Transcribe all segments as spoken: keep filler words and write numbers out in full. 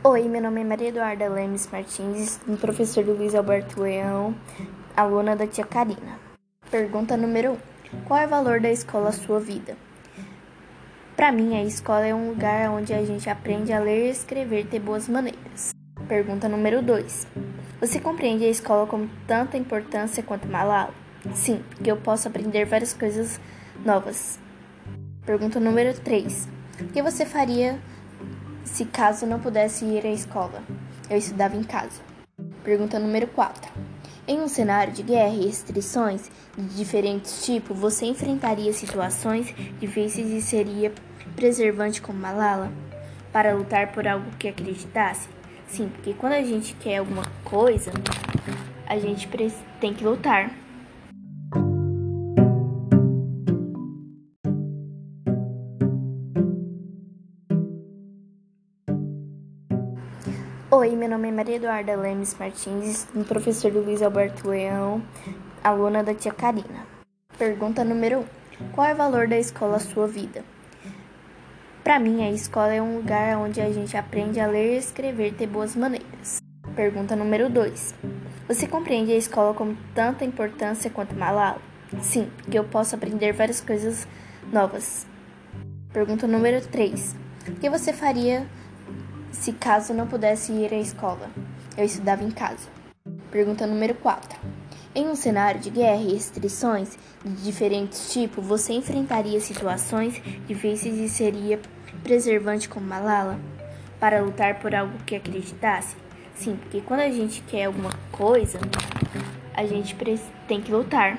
Oi, meu nome é Maria Eduarda Lemes Martins, professor do Luiz Alberto Leão, aluna da tia Karina. Pergunta número um. Qual é o valor da escola à sua vida? Para mim, a escola é um lugar onde a gente aprende a ler, escrever e ter boas maneiras. Pergunta número dois. Você compreende a escola com tanta importância quanto uma aula? Sim, porque eu posso aprender várias coisas novas. Pergunta número três. O que você faria se caso não pudesse ir à escola? Eu estudava em casa. Pergunta número quatro. Em um cenário de guerra e restrições de diferentes tipos, você enfrentaria situações difíceis e seria perseverante como Malala para lutar por algo que acreditasse? Sim, porque quando a gente quer alguma coisa, a gente tem que lutar. Oi, meu nome é Maria Eduarda Lemes Martins, professor do Luiz Alberto Leão, aluna da tia Karina. Pergunta número um. Qual é o valor da escola à sua vida? Para mim, a escola é um lugar onde a gente aprende a ler, escrever e ter boas maneiras. Pergunta número dois. Você compreende a escola com tanta importância quanto uma aula? Sim, porque eu posso aprender várias coisas novas. Pergunta número três. O que você faria se caso não pudesse ir à escola? Eu estudava em casa. Pergunta número quatro. Em um cenário de guerra e restrições de diferentes tipos, você enfrentaria situações difíceis e seria perseverante como Malala para lutar por algo que acreditasse? Sim, porque quando a gente quer alguma coisa, a gente tem que lutar.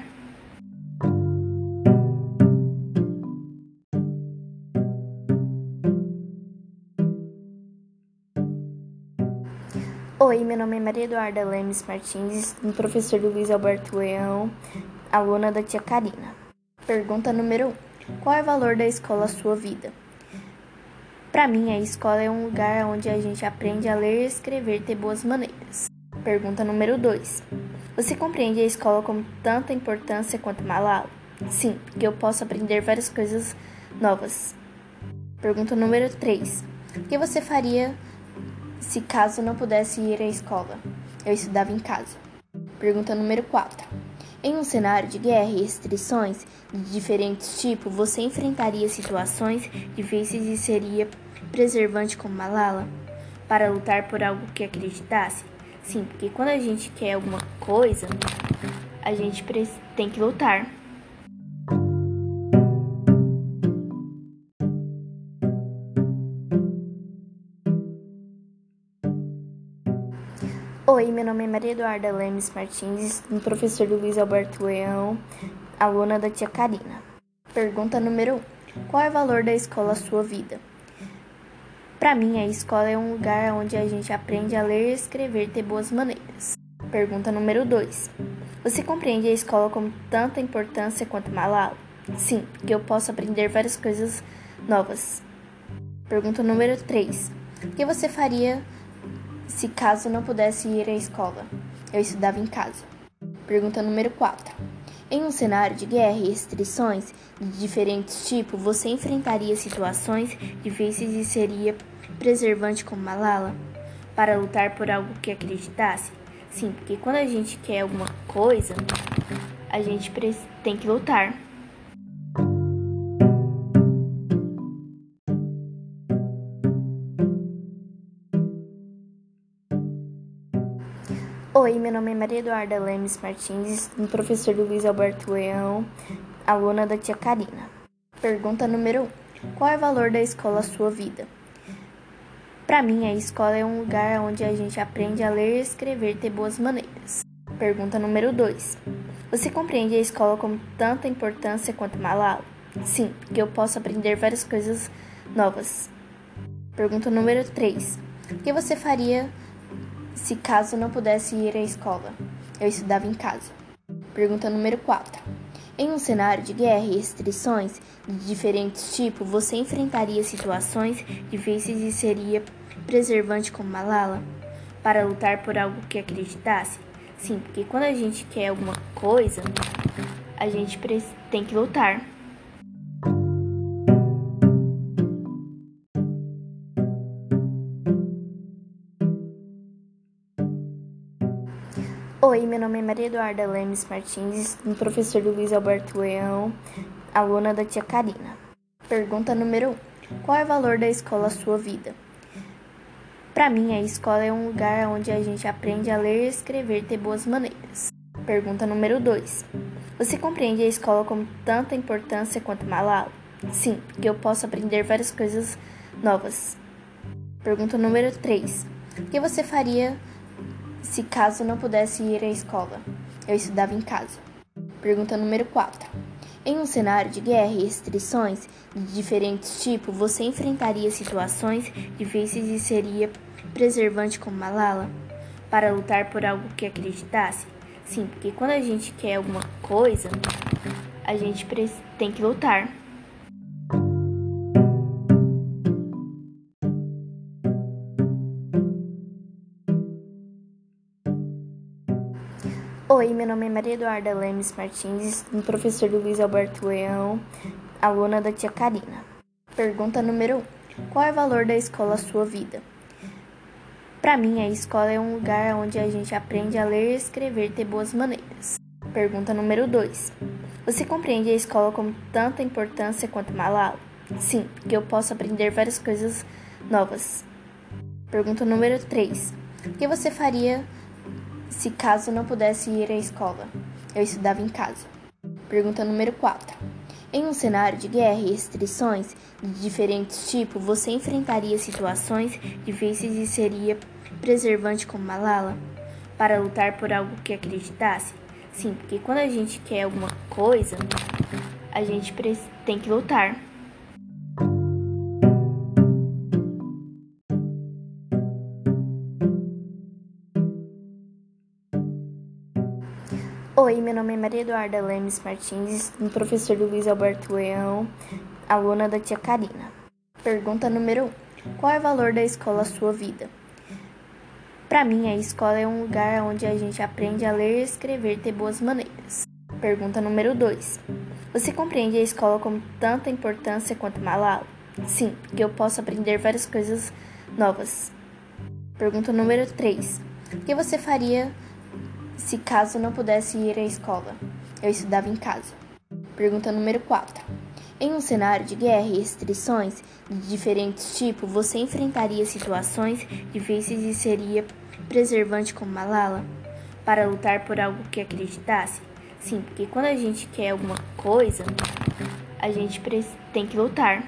Oi, meu nome é Maria Eduarda Lemes Martins, professor do Luiz Alberto Leão, aluna da tia Karina. Pergunta número um. Qual é o valor da escola à sua vida? Para mim, a escola é um lugar onde a gente aprende a ler, escrever e ter boas maneiras. Pergunta número dois. Você compreende a escola com tanta importância quanto uma aula? Sim, porque eu posso aprender várias coisas novas. Pergunta número três. O que você faria se caso não pudesse ir à escola? Eu estudava em casa. Pergunta número quatro. Em um cenário de guerra e restrições de diferentes tipos, você enfrentaria situações difíceis e seria perseverante como Malala para lutar por algo que acreditasse? Sim, porque quando a gente quer alguma coisa, a gente tem que lutar. Oi, meu nome é Maria Eduarda Lemes Martins, professor do Luiz Alberto Leão, aluna da tia Karina. Pergunta número um. Qual é o valor da escola à sua vida? Para mim, a escola é um lugar onde a gente aprende a ler, escrever e ter boas maneiras. Pergunta número dois. Você compreende a escola com tanta importância quanto uma aula? Sim, porque eu posso aprender várias coisas novas. Pergunta número três. O que você faria se caso não pudesse ir à escola? Eu estudava em casa. Pergunta número quatro. Em um cenário de guerra e restrições de diferentes tipos, você enfrentaria situações difíceis e seria perseverante como Malala para lutar por algo que acreditasse? Sim, porque quando a gente quer alguma coisa, a gente tem que lutar. Oi, meu nome é Maria Eduarda Lemes Martins, professor do Luiz Alberto Leão, aluna da tia Karina. Pergunta número um. Qual é o valor da escola à sua vida? Para mim, a escola é um lugar onde a gente aprende a ler, escrever e ter boas maneiras. Pergunta número dois. Você compreende a escola com tanta importância quanto uma aula? Sim, porque eu posso aprender várias coisas novas. Pergunta número três. O que você faria se caso não pudesse ir à escola? Eu estudava em casa. Pergunta número quatro. Em um cenário de guerra e restrições de diferentes tipos, você enfrentaria situações difíceis e seria perseverante como Malala para lutar por algo que acreditasse? Sim, porque quando a gente quer alguma coisa, a gente tem que lutar. Oi, meu nome é Maria Eduarda Lemes Martins, professor do Luiz Alberto Leão, aluna da tia Karina. Pergunta número um. Qual é o valor da escola à sua vida? Para mim, a escola é um lugar onde a gente aprende a ler, escrever e ter boas maneiras. Pergunta número dois. Você compreende a escola com tanta importância quanto Malala? Sim, porque eu posso aprender várias coisas novas. Pergunta número três. O que você faria se caso não pudesse ir à escola? Eu estudava em casa. Pergunta número quatro. Em um cenário de guerra e restrições de diferentes tipos, você enfrentaria situações difíceis e seria perseverante como Malala para lutar por algo que acreditasse? Sim, porque quando a gente quer alguma coisa, a gente tem que lutar. Oi, meu nome é Maria Eduarda Lemes Martins, professor do Luiz Alberto Leão, aluna da tia Karina. Pergunta número um. Qual é o valor da escola à sua vida? Para mim, a escola é um lugar onde a gente aprende a ler, escrever e ter boas maneiras. Pergunta número dois. Você compreende a escola com tanta importância quanto Malala? Sim, porque eu posso aprender várias coisas novas. Pergunta número três. O que você faria se caso não pudesse ir à escola? Eu estudava em casa. Pergunta número quatro. Em um cenário de guerra e restrições de diferentes tipos, você enfrentaria situações difíceis e seria perseverante como Malala para lutar por algo que acreditasse? Sim, porque quando a gente quer alguma coisa, a gente tem que lutar. Oi, meu nome é Maria Eduarda Lemes Martins, professor do Luiz Alberto Leão, aluna da tia Karina. Pergunta número um. Qual é o valor da escola à sua vida? Para mim, a escola é um lugar onde a gente aprende a ler, escrever e ter boas maneiras. Pergunta número dois. Você compreende a escola com tanta importância quanto Malala? Sim, porque eu posso aprender várias coisas novas. Pergunta número três. O que você faria se caso não pudesse ir à escola? Eu estudava em casa. Pergunta número quatro. Em um cenário de guerra e restrições de diferentes tipos, você enfrentaria situações difíceis e seria perseverante como Malala para lutar por algo que acreditasse? Sim, porque quando a gente quer alguma coisa, a gente tem que lutar.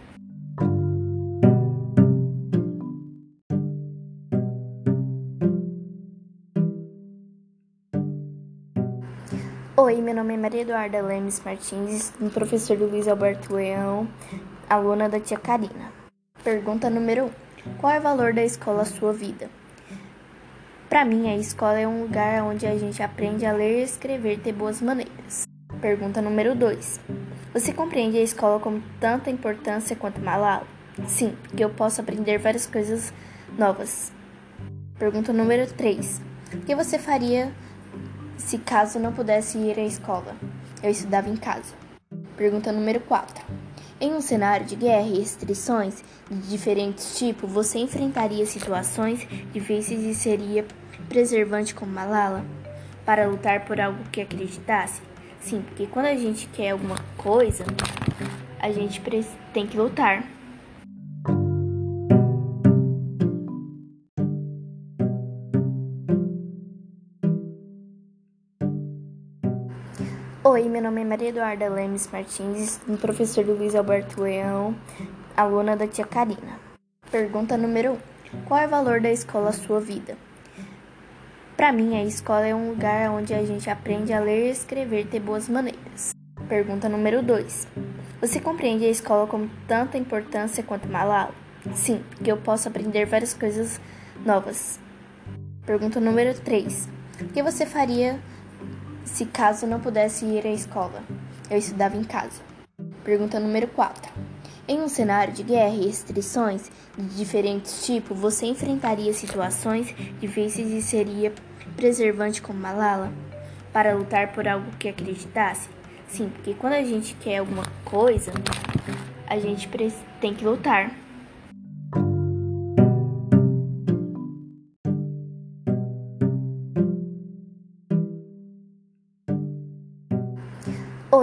Oi, meu nome é Maria Eduarda Lemes Martins, professor do Luiz Alberto Leão, aluna da tia Karina. Pergunta número um. Qual é o valor da escola à sua vida? Para mim, a escola é um lugar onde a gente aprende a ler, escrever e ter boas maneiras. Pergunta número dois. Você compreende a escola com tanta importância quanto Malala? Sim, porque eu posso aprender várias coisas novas. Pergunta número três. O que você faria se caso não pudesse ir à escola? Eu estudava em casa. Pergunta número quatro. Em um cenário de guerra e restrições de diferentes tipos, você enfrentaria situações difíceis e seria perseverante como Malala para lutar por algo que acreditasse? Sim, porque quando a gente quer alguma coisa, a gente tem que lutar. Oi, meu nome é Maria Eduarda Lemes Martins, professor do Luiz Alberto Leão, aluna da tia Karina. Pergunta número um. Qual é o valor da escola à sua vida? Para mim, a escola é um lugar onde a gente aprende a ler, escrever e ter boas maneiras. Pergunta número dois. Você compreende a escola com tanta importância quanto Malala? Sim, porque eu posso aprender várias coisas novas. Pergunta número três. O que você faria se caso não pudesse ir à escola? Eu estudava em casa. Pergunta número quatro. Em um cenário de guerra e restrições de diferentes tipos, você enfrentaria situações difíceis e seria perseverante como Malala para lutar por algo que acreditasse? Sim, porque quando a gente quer alguma coisa, a gente tem que lutar.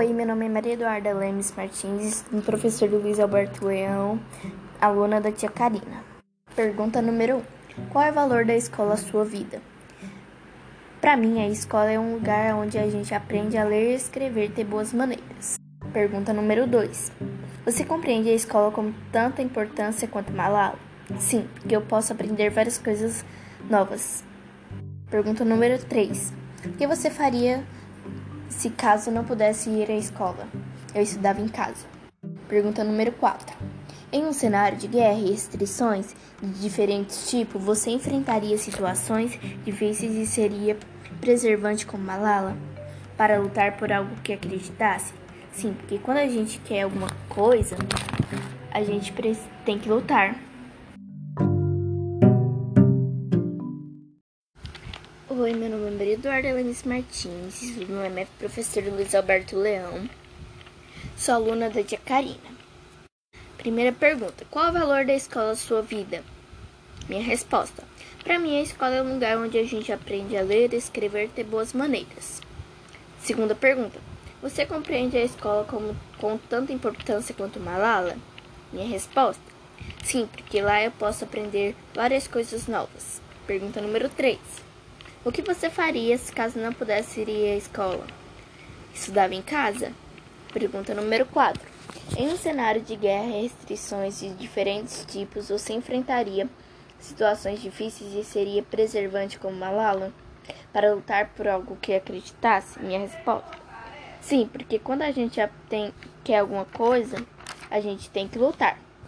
Oi, meu nome é Maria Eduarda Lemes Martins, professor do Luiz Alberto Leão, aluna da tia Karina. Pergunta número um. Qual é o valor da escola à sua vida? Para mim, a escola é um lugar onde a gente aprende a ler, escrever e ter boas maneiras. Pergunta número dois. Você compreende a escola com tanta importância quanto Malala? Sim, porque eu posso aprender várias coisas novas. Pergunta número três. O que você faria se caso não pudesse ir à escola? Eu estudava em casa. Pergunta número quatro. Em um cenário de guerra e restrições de diferentes tipos, você enfrentaria situações difíceis e seria preservante como Malala para lutar por algo que acreditasse? Sim, porque quando a gente quer alguma coisa, a gente tem que lutar. Oi, meu nome é Maria Eduarda Lemes Martins, meu nome é professor Luiz Alberto Leão, sou aluna da tia Karina. Primeira pergunta, qual é o valor da escola à sua vida? Minha resposta, para mim a escola é um lugar onde a gente aprende a ler, escrever e ter boas maneiras. Segunda pergunta, você compreende a escola como, com tanta importância quanto Malala? Minha resposta, sim, porque lá eu posso aprender várias coisas novas. Pergunta número três. O que você faria se caso não pudesse ir à escola? Estudava em casa? Pergunta número quatro. Em um cenário de guerra e restrições de diferentes tipos, você enfrentaria situações difíceis e seria preservante como Malala para lutar por algo que acreditasse? Minha resposta: sim, porque quando a gente tem, quer alguma coisa, a gente tem que lutar.